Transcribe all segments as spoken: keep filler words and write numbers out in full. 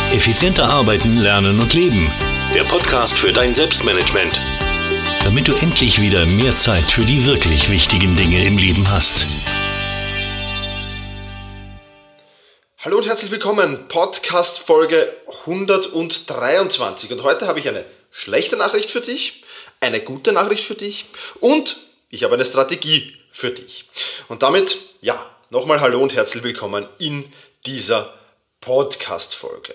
Effizienter arbeiten, lernen und leben. Der Podcast für dein Selbstmanagement. Damit du endlich wieder mehr Zeit für die wirklich wichtigen Dinge im Leben hast. Hallo und herzlich willkommen, Podcast Folge hundertdreiundzwanzig. Und heute habe ich eine schlechte Nachricht für dich, eine gute Nachricht für dich und ich habe eine Strategie für dich. Und damit, ja, nochmal hallo und herzlich willkommen in dieser Podcast-Folge.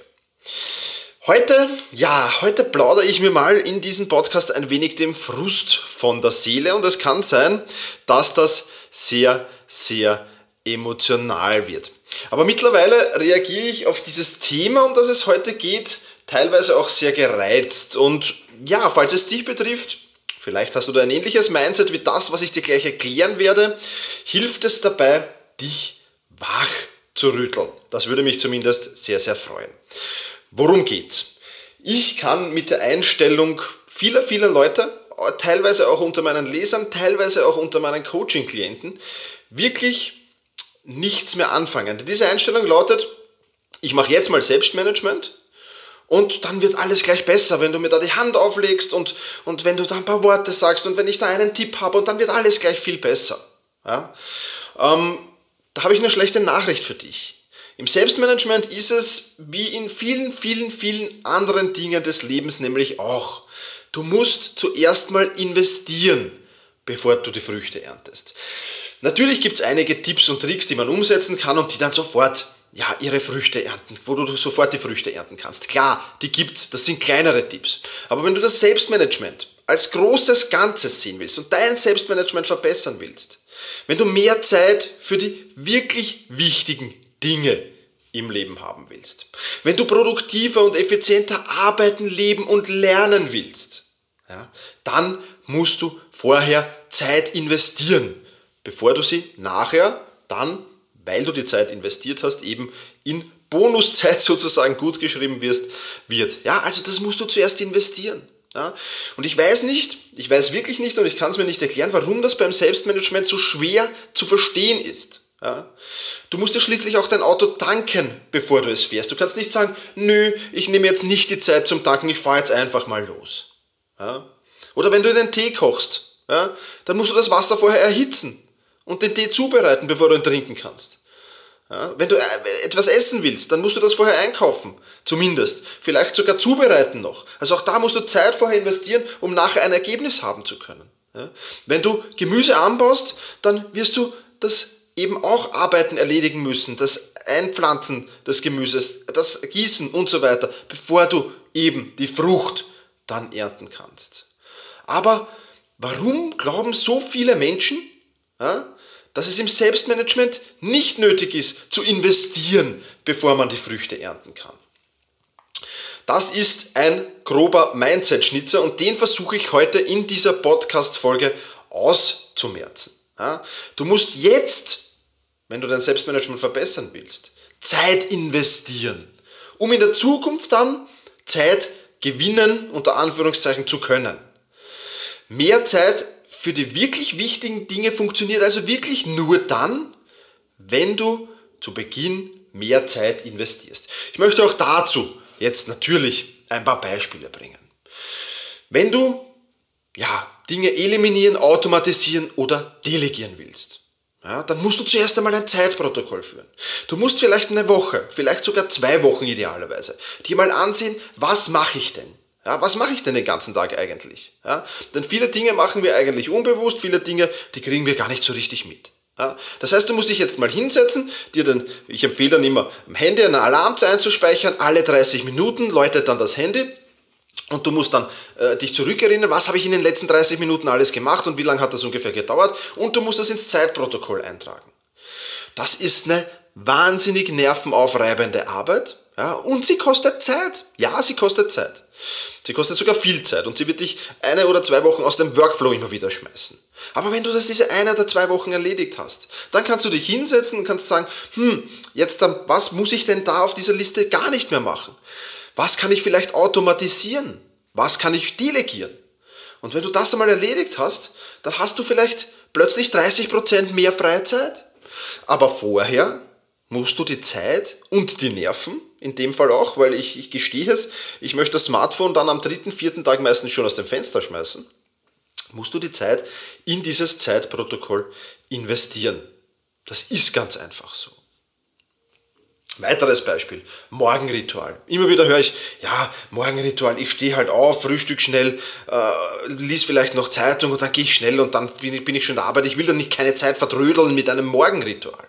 Heute, ja, heute plaudere ich mir mal in diesem Podcast ein wenig dem Frust von der Seele und es kann sein, dass das sehr, sehr emotional wird. Aber mittlerweile reagiere ich auf dieses Thema, um das es heute geht, teilweise auch sehr gereizt. Und ja, falls es dich betrifft, vielleicht hast du da ein ähnliches Mindset wie das, was ich dir gleich erklären werde, hilft es dabei, dich wach zu rütteln. Das würde mich zumindest sehr, sehr freuen. Worum geht's? Ich kann mit der Einstellung vieler, vieler Leute, teilweise auch unter meinen Lesern, teilweise auch unter meinen Coaching-Klienten, wirklich nichts mehr anfangen. Denn diese Einstellung lautet, ich mache jetzt mal Selbstmanagement und dann wird alles gleich besser, wenn du mir da die Hand auflegst und, und wenn du da ein paar Worte sagst und wenn ich da einen Tipp habe und dann wird alles gleich viel besser. Ja? Ähm, da habe ich eine schlechte Nachricht für dich. Im Selbstmanagement ist es wie in vielen, vielen, vielen anderen Dingen des Lebens nämlich auch. Du musst zuerst mal investieren, bevor du die Früchte erntest. Natürlich gibt es einige Tipps und Tricks, die man umsetzen kann und die dann sofort ja, ihre Früchte ernten, wo du sofort die Früchte ernten kannst. Klar, die gibt's, das sind kleinere Tipps. Aber wenn du das Selbstmanagement als großes Ganzes sehen willst und dein Selbstmanagement verbessern willst, wenn du mehr Zeit für die wirklich wichtigen Dinge im Leben haben willst, wenn du produktiver und effizienter arbeiten, leben und lernen willst, ja, dann musst du vorher Zeit investieren, bevor du sie nachher dann, weil du die Zeit investiert hast, eben in Bonuszeit sozusagen gut geschrieben wirst, wird. Ja, also das musst du zuerst investieren. Ja, und ich weiß nicht, ich weiß wirklich nicht und ich kann es mir nicht erklären, warum das beim Selbstmanagement so schwer zu verstehen ist. Ja, du musst ja schließlich auch dein Auto tanken, bevor du es fährst. Du kannst nicht sagen, nö, ich nehme jetzt nicht die Zeit zum Tanken, ich fahre jetzt einfach mal los. Ja, oder wenn du einen Tee kochst, ja, dann musst du das Wasser vorher erhitzen und den Tee zubereiten, bevor du ihn trinken kannst. Ja, wenn du etwas essen willst, dann musst du das vorher einkaufen, zumindest. Vielleicht sogar zubereiten noch. Also auch da musst du Zeit vorher investieren, um nachher ein Ergebnis haben zu können. Ja, wenn du Gemüse anbaust, dann wirst du das eben auch Arbeiten erledigen müssen, das Einpflanzen des Gemüses, das Gießen und so weiter, bevor du eben die Frucht dann ernten kannst. Aber warum glauben so viele Menschen, ja, dass es im Selbstmanagement nicht nötig ist, zu investieren, bevor man die Früchte ernten kann? Das ist ein grober Mindset-Schnitzer und den versuche ich heute in dieser Podcast-Folge auszumerzen. Ja, du musst jetzt, wenn du dein Selbstmanagement verbessern willst, Zeit investieren, um in der Zukunft dann Zeit gewinnen, unter Anführungszeichen, zu können. Mehr Zeit für die wirklich wichtigen Dinge funktioniert also wirklich nur dann, wenn du zu Beginn mehr Zeit investierst. Ich möchte auch dazu jetzt natürlich ein paar Beispiele bringen. Wenn du ja, Dinge eliminieren, automatisieren oder delegieren willst, ja, dann musst du zuerst einmal ein Zeitprotokoll führen. Du musst vielleicht eine Woche, vielleicht sogar zwei Wochen idealerweise, dir mal ansehen, was mache ich denn? Ja, was mache ich denn den ganzen Tag eigentlich? Ja, denn viele Dinge machen wir eigentlich unbewusst, viele Dinge, die kriegen wir gar nicht so richtig mit. Ja, das heißt, du musst dich jetzt mal hinsetzen, dir dann, ich empfehle dann immer, am Handy einen Alarm einzuspeichern, alle dreißig Minuten läutet dann das Handy und du musst dann äh, dich zurückerinnern, was habe ich in den letzten dreißig Minuten alles gemacht und wie lange hat das ungefähr gedauert und du musst das ins Zeitprotokoll eintragen. Das ist eine wahnsinnig nervenaufreibende Arbeit, ja, und sie kostet Zeit. Ja, sie kostet Zeit. Sie kostet sogar viel Zeit und sie wird dich eine oder zwei Wochen aus dem Workflow immer wieder schmeißen. Aber wenn du das diese eine oder zwei Wochen erledigt hast, dann kannst du dich hinsetzen und kannst sagen, hm, jetzt dann, was muss ich denn da auf dieser Liste gar nicht mehr machen? Was kann ich vielleicht automatisieren? Was kann ich delegieren? Und wenn du das einmal erledigt hast, dann hast du vielleicht plötzlich dreißig Prozent mehr Freizeit. Aber vorher musst du die Zeit und die Nerven in dem Fall auch, weil ich, ich gestehe es, ich möchte das Smartphone dann am dritten, vierten Tag meistens schon aus dem Fenster schmeißen, musst du die Zeit in dieses Zeitprotokoll investieren. Das ist ganz einfach so. Weiteres Beispiel, Morgenritual. Immer wieder höre ich, ja, Morgenritual, ich stehe halt auf, frühstück schnell, äh, lies vielleicht noch Zeitung und dann gehe ich schnell und dann bin ich, bin ich schon in der Arbeit. Ich will dann nicht keine Zeit vertrödeln mit einem Morgenritual.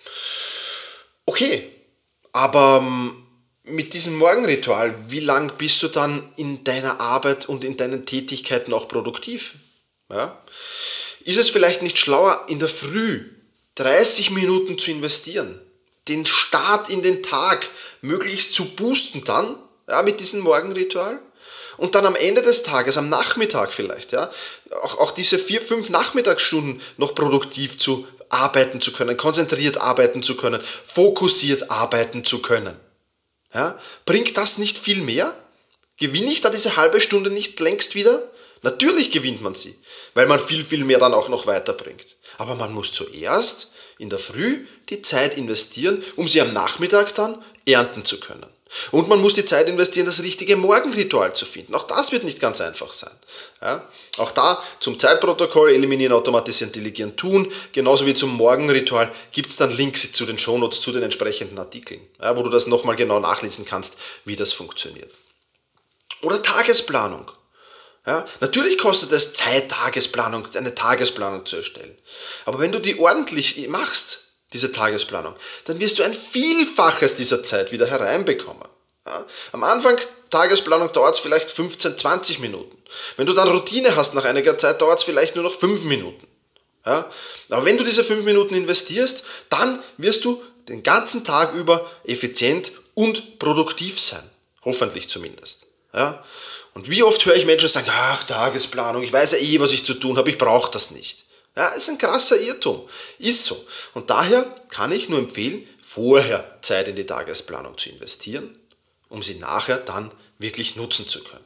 Okay, aber mit diesem Morgenritual, wie lang bist du dann in deiner Arbeit und in deinen Tätigkeiten auch produktiv? Ja? Ist es vielleicht nicht schlauer, in der Früh dreißig Minuten zu investieren? Den Start in den Tag möglichst zu boosten dann, ja, mit diesem Morgenritual und dann am Ende des Tages, am Nachmittag vielleicht, ja, auch, auch diese vier, fünf Nachmittagsstunden noch produktiv zu arbeiten zu können, konzentriert arbeiten zu können, fokussiert arbeiten zu können. Ja, bringt das nicht viel mehr? Gewinne ich da diese halbe Stunde nicht längst wieder? Natürlich gewinnt man sie, weil man viel, viel mehr dann auch noch weiterbringt. Aber man muss zuerst in der Früh die Zeit investieren, um sie am Nachmittag dann ernten zu können. Und man muss die Zeit investieren, das richtige Morgenritual zu finden. Auch das wird nicht ganz einfach sein. Ja? Auch da zum Zeitprotokoll, eliminieren, automatisieren, delegieren, tun, genauso wie zum Morgenritual gibt es dann Links zu den Shownotes, zu den entsprechenden Artikeln, ja, wo du das nochmal genau nachlesen kannst, wie das funktioniert. Oder Tagesplanung. Ja, natürlich kostet es Zeit, Tagesplanung, eine Tagesplanung zu erstellen. Aber wenn du die ordentlich machst, diese Tagesplanung, dann wirst du ein Vielfaches dieser Zeit wieder hereinbekommen. Ja, am Anfang Tagesplanung dauert es vielleicht fünfzehn, zwanzig Minuten. Wenn du dann Routine hast nach einiger Zeit, dauert es vielleicht nur noch fünf Minuten. Ja, aber wenn du diese fünf Minuten investierst, dann wirst du den ganzen Tag über effizient und produktiv sein. Hoffentlich zumindest. Ja. Und wie oft höre ich Menschen sagen, ach, Tagesplanung, ich weiß ja eh, was ich zu tun habe, ich brauche das nicht. Ja, ist ein krasser Irrtum. Ist so. Und daher kann ich nur empfehlen, vorher Zeit in die Tagesplanung zu investieren, um sie nachher dann wirklich nutzen zu können.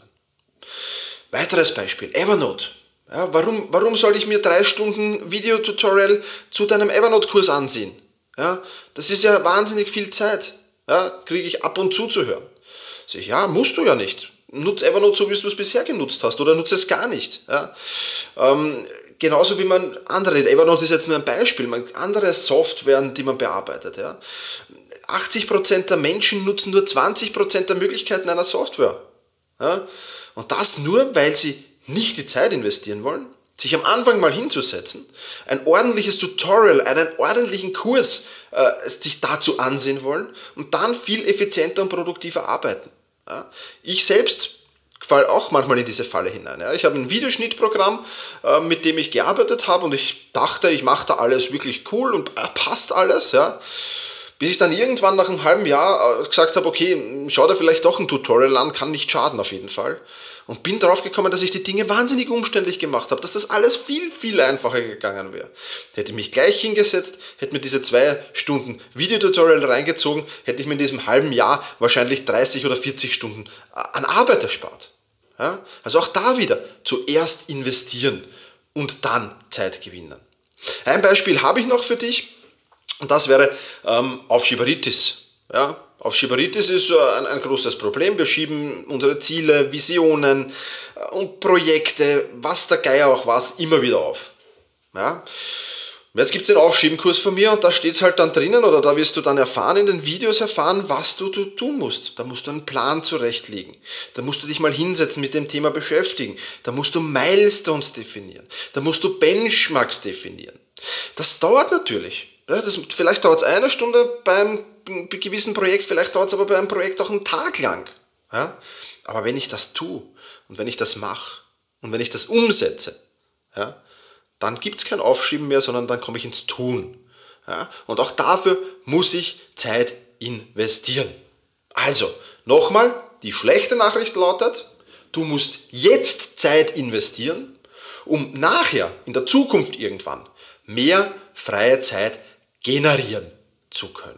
Weiteres Beispiel, Evernote. Ja, warum, warum soll ich mir drei Stunden Videotutorial zu deinem Evernote-Kurs ansehen? Ja, das ist ja wahnsinnig viel Zeit. Ja, kriege ich ab und zu zu hören. Sag ich, ja, musst du ja nicht. Nutze Evernote so, wie du es bisher genutzt hast, oder nutze es gar nicht. Ja. Ähm, genauso wie man andere, Evernote ist jetzt nur ein Beispiel, man, andere Softwaren, die man bearbeitet. Ja. achtzig Prozent der Menschen nutzen nur zwanzig Prozent der Möglichkeiten einer Software. Ja. Und das nur, weil sie nicht die Zeit investieren wollen, sich am Anfang mal hinzusetzen, ein ordentliches Tutorial, einen ordentlichen Kurs äh, sich dazu ansehen wollen und dann viel effizienter und produktiver arbeiten. Ja, ich selbst falle auch manchmal in diese Falle hinein. Ja, ich habe ein Videoschnittprogramm, äh, mit dem ich gearbeitet habe und ich dachte, ich mache da alles wirklich cool und äh, passt alles. Ja. Bis ich dann irgendwann nach einem halben Jahr äh, gesagt habe, okay, schau dir vielleicht doch ein Tutorial an, kann nicht schaden auf jeden Fall. Und bin darauf gekommen, dass ich die Dinge wahnsinnig umständlich gemacht habe, dass das alles viel, viel einfacher gegangen wäre. Hätte ich mich gleich hingesetzt, hätte mir diese zwei Stunden Videotutorial reingezogen, hätte ich mir in diesem halben Jahr wahrscheinlich dreißig oder vierzig Stunden an Arbeit erspart. Ja? Also auch da wieder zuerst investieren und dann Zeit gewinnen. Ein Beispiel habe ich noch für dich und das wäre ähm, Aufschieberitis. Ja? Aufschieberitis ist ein, ein großes Problem. Wir schieben unsere Ziele, Visionen und Projekte, was der Geier auch was, immer wieder auf. Ja? Und jetzt gibt es den Aufschiebenkurs von mir und da steht halt dann drinnen oder da wirst du dann erfahren, in den Videos erfahren, was du, du tun musst. Da musst du einen Plan zurechtlegen. Da musst du dich mal hinsetzen, mit dem Thema beschäftigen. Da musst du Milestones definieren. Da musst du Benchmarks definieren. Das dauert natürlich. Ja, das, vielleicht dauert es eine Stunde beim gewissen Projekt, vielleicht dauert es aber bei einem Projekt auch einen Tag lang. Ja? Aber wenn ich das tue und wenn ich das mache und wenn ich das umsetze, ja, dann gibt es kein Aufschieben mehr, sondern dann komme ich ins Tun. Ja? Und auch dafür muss ich Zeit investieren. Also, nochmal, die schlechte Nachricht lautet, du musst jetzt Zeit investieren, um nachher, in der Zukunft irgendwann, mehr freie Zeit generieren zu können.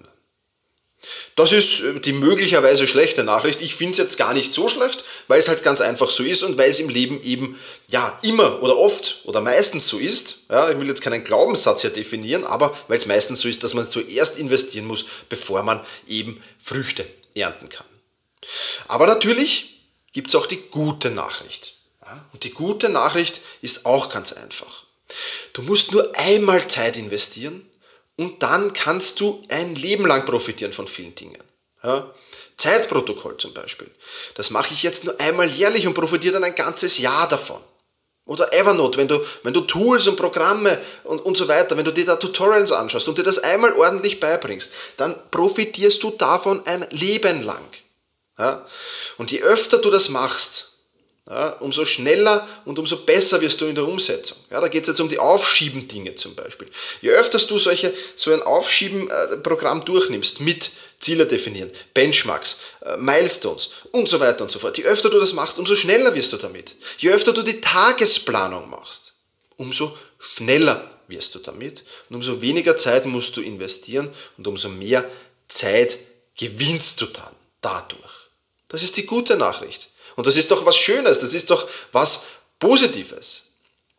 Das ist die möglicherweise schlechte Nachricht. Ich finde es jetzt gar nicht so schlecht, weil es halt ganz einfach so ist und weil es im Leben eben ja immer oder oft oder meistens so ist. Ja, ich will jetzt keinen Glaubenssatz hier definieren, aber weil es meistens so ist, dass man zuerst investieren muss, bevor man eben Früchte ernten kann. Aber natürlich gibt es auch die gute Nachricht. Und die gute Nachricht ist auch ganz einfach. Du musst nur einmal Zeit investieren und dann kannst du ein Leben lang profitieren von vielen Dingen. Ja? Zeitprotokoll zum Beispiel. Das mache ich jetzt nur einmal jährlich und profitiere dann ein ganzes Jahr davon. Oder Evernote, wenn du, wenn du Tools und Programme und, und so weiter, wenn du dir da Tutorials anschaust und dir das einmal ordentlich beibringst, dann profitierst du davon ein Leben lang. Ja? Und je öfter du das machst, ja, umso schneller und umso besser wirst du in der Umsetzung. Ja, da geht es jetzt um die Aufschieben-Dinge zum Beispiel. Je öfter du solche, so ein Aufschieben-Programm durchnimmst mit Ziele definieren, Benchmarks, Milestones und so weiter und so fort, je öfter du das machst, umso schneller wirst du damit. Je öfter du die Tagesplanung machst, umso schneller wirst du damit und umso weniger Zeit musst du investieren und umso mehr Zeit gewinnst du dann dadurch. Das ist die gute Nachricht. Und das ist doch was Schönes, das ist doch was Positives.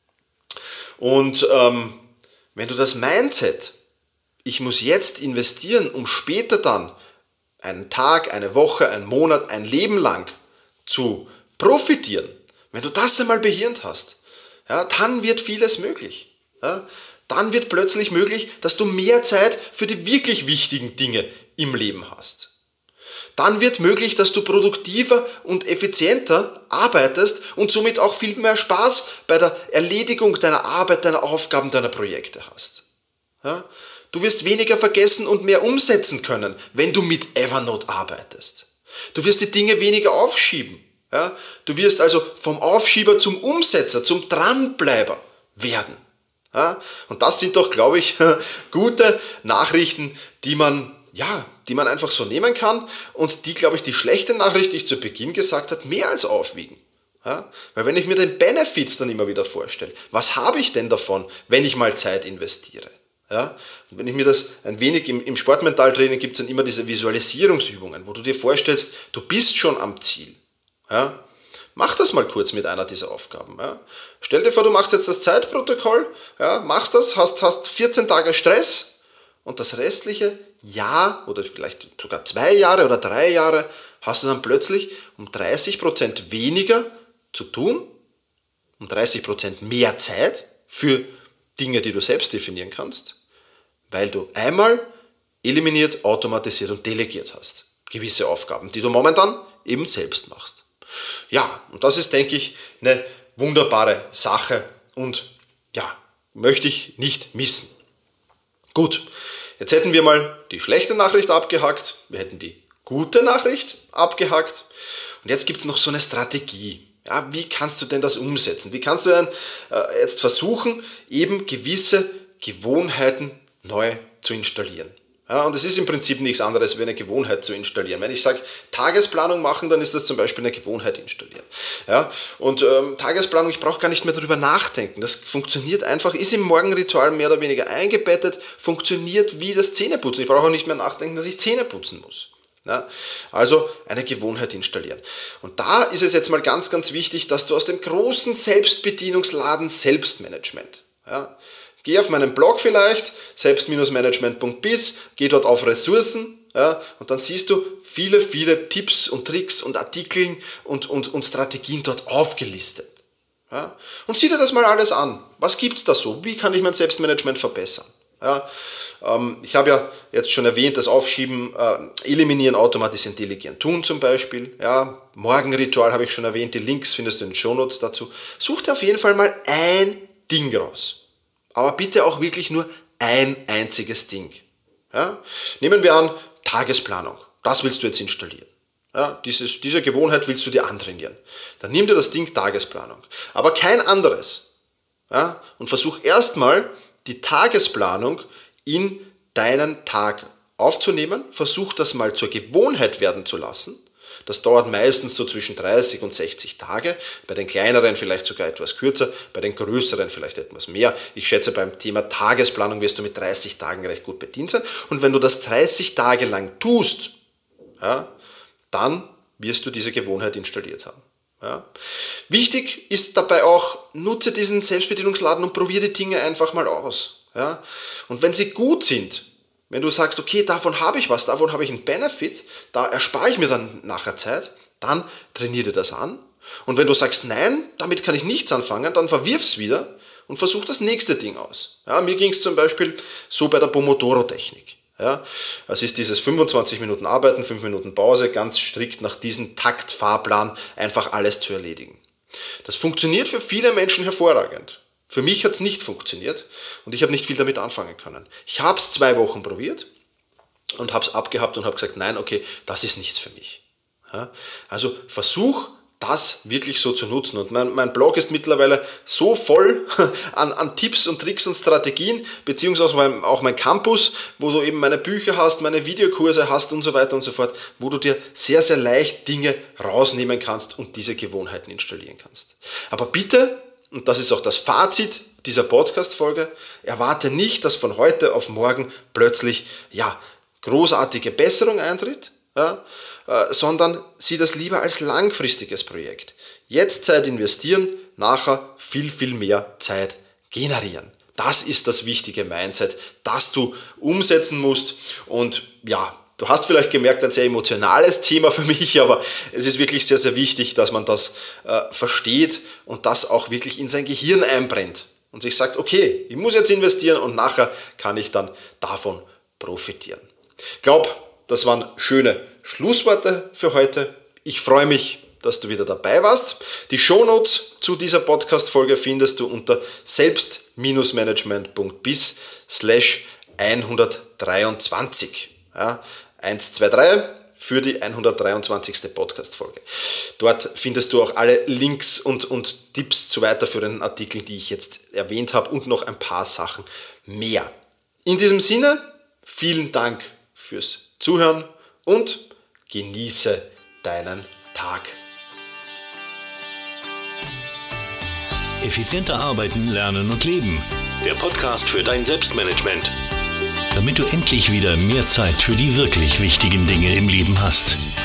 Und ähm, wenn du das Mindset, ich muss jetzt investieren, um später dann einen Tag, eine Woche, einen Monat, ein Leben lang zu profitieren, wenn du das einmal behirnt hast, ja, dann wird vieles möglich. Ja, dann wird plötzlich möglich, dass du mehr Zeit für die wirklich wichtigen Dinge im Leben hast. Dann wird möglich, dass du produktiver und effizienter arbeitest und somit auch viel mehr Spaß bei der Erledigung deiner Arbeit, deiner Aufgaben, deiner Projekte hast. Ja? Du wirst weniger vergessen und mehr umsetzen können, wenn du mit Evernote arbeitest. Du wirst die Dinge weniger aufschieben. Ja? Du wirst also vom Aufschieber zum Umsetzer, zum Dranbleiber werden. Ja? Und das sind doch, glaube ich, gute Nachrichten, die man ja, die man einfach so nehmen kann und die, glaube ich, die schlechte Nachricht, die ich zu Beginn gesagt habe, mehr als aufwiegen. Ja? Weil wenn ich mir den Benefit dann immer wieder vorstelle, was habe ich denn davon, wenn ich mal Zeit investiere? Ja? Und wenn ich mir das ein wenig im, im Sportmentaltraining gibt es dann immer diese Visualisierungsübungen, wo du dir vorstellst, du bist schon am Ziel. Ja? Mach das mal kurz mit einer dieser Aufgaben. Ja? Stell dir vor, du machst jetzt das Zeitprotokoll, ja, machst das, hast, hast vierzehn Tage Stress und das restliche Jahr oder vielleicht sogar zwei Jahre oder drei Jahre hast du dann plötzlich um dreißig Prozent weniger zu tun, um dreißig Prozent mehr Zeit für Dinge, die du selbst definieren kannst, weil du einmal eliminiert, automatisiert und delegiert hast. Gewisse Aufgaben, die du momentan eben selbst machst. Ja, und das ist, denke ich, eine wunderbare Sache und ja, möchte ich nicht missen. Gut. Jetzt hätten wir mal die schlechte Nachricht abgehakt, wir hätten die gute Nachricht abgehakt und jetzt gibt es noch so eine Strategie. Ja, wie kannst du denn das umsetzen? Wie kannst du denn äh, jetzt versuchen, eben gewisse Gewohnheiten neu zu installieren? Ja, und es ist im Prinzip nichts anderes, wie eine Gewohnheit zu installieren. Wenn ich sage, Tagesplanung machen, dann ist das zum Beispiel eine Gewohnheit installieren. Ja, und ähm, Tagesplanung, ich brauche gar nicht mehr darüber nachdenken. Das funktioniert einfach, ist im Morgenritual mehr oder weniger eingebettet, funktioniert wie das Zähneputzen. Ich brauche auch nicht mehr nachdenken, dass ich Zähne putzen muss. Ja, also eine Gewohnheit installieren. Und da ist es jetzt mal ganz, ganz wichtig, dass du aus dem großen Selbstbedienungsladen Selbstmanagement, ja, geh auf meinen Blog vielleicht, selbst management punkt biz, geh dort auf Ressourcen, ja, und dann siehst du viele, viele Tipps und Tricks und Artikel und, und, und Strategien dort aufgelistet. Ja. Und sieh dir das mal alles an. Was gibt es da so? Wie kann ich mein Selbstmanagement verbessern? Ja, ähm, ich habe ja jetzt schon erwähnt, das Aufschieben, äh, Eliminieren, Automatisieren, Delegieren, Tun zum Beispiel. Ja, Morgenritual habe ich schon erwähnt, die Links findest du in den Shownotes dazu. Such dir auf jeden Fall mal ein Ding raus. Aber bitte auch wirklich nur ein einziges Ding. Ja? Nehmen wir an, Tagesplanung. Das willst du jetzt installieren. Ja? Dieses, diese Gewohnheit willst du dir antrainieren. Dann nimm dir das Ding Tagesplanung. Aber kein anderes. Ja? Und versuch erstmal die Tagesplanung in deinen Tag aufzunehmen. Versuch das mal zur Gewohnheit werden zu lassen. Das dauert meistens so zwischen dreißig und sechzig Tage, bei den kleineren vielleicht sogar etwas kürzer, bei den größeren vielleicht etwas mehr. Ich schätze, beim Thema Tagesplanung wirst du mit dreißig Tagen recht gut bedient sein. Und wenn du das dreißig Tage lang tust, ja, dann wirst du diese Gewohnheit installiert haben. Ja. Wichtig ist dabei auch, nutze diesen Selbstbedienungsladen und probiere die Dinge einfach mal aus. Ja. Und wenn sie gut sind, Wenn du sagst, okay, davon habe ich was, davon habe ich einen Benefit, da erspare ich mir dann nachher Zeit, dann trainier dir das an. Und wenn du sagst, nein, damit kann ich nichts anfangen, dann verwirf's wieder und versuch das nächste Ding aus. Ja, mir ging es zum Beispiel so bei der Pomodoro-Technik. Ja, es ist dieses fünfundzwanzig Minuten Arbeiten, fünf Minuten Pause, ganz strikt nach diesem Taktfahrplan einfach alles zu erledigen. Das funktioniert für viele Menschen hervorragend. Für mich hat es nicht funktioniert und ich habe nicht viel damit anfangen können. Ich habe es zwei Wochen probiert und habe es abgehabt und habe gesagt, nein, okay, das ist nichts für mich. Ja, also versuch das wirklich so zu nutzen. Und mein, mein Blog ist mittlerweile so voll an, an Tipps und Tricks und Strategien, beziehungsweise mein, auch mein Campus, wo du eben meine Bücher hast, meine Videokurse hast und so weiter und so fort, wo du dir sehr, sehr leicht Dinge rausnehmen kannst und diese Gewohnheiten installieren kannst. Aber bitte, und das ist auch das Fazit dieser Podcast-Folge, erwarte nicht, dass von heute auf morgen plötzlich ja, großartige Besserung eintritt, ja, äh, sondern sieh das lieber als langfristiges Projekt. Jetzt Zeit investieren, nachher viel, viel mehr Zeit generieren. Das ist das wichtige Mindset, das du umsetzen musst. Und ja, du hast vielleicht gemerkt, ein sehr emotionales Thema für mich, aber es ist wirklich sehr, sehr wichtig, dass man das äh, versteht und das auch wirklich in sein Gehirn einbrennt und sich sagt, okay, ich muss jetzt investieren und nachher kann ich dann davon profitieren. Ich glaube, das waren schöne Schlussworte für heute. Ich freue mich, dass du wieder dabei warst. Die Shownotes zu dieser Podcast-Folge findest du unter selbst-management.biz slash hundertdreiundzwanzig. Ja, eins, zwei, drei für die hundertdreiundzwanzigste Podcast-Folge. Dort findest du auch alle Links und, und Tipps zu weiterführenden Artikeln, die ich jetzt erwähnt habe und noch ein paar Sachen mehr. In diesem Sinne, vielen Dank fürs Zuhören und genieße deinen Tag. Effizienter arbeiten, lernen und leben. Der Podcast für dein Selbstmanagement. Damit du endlich wieder mehr Zeit für die wirklich wichtigen Dinge im Leben hast.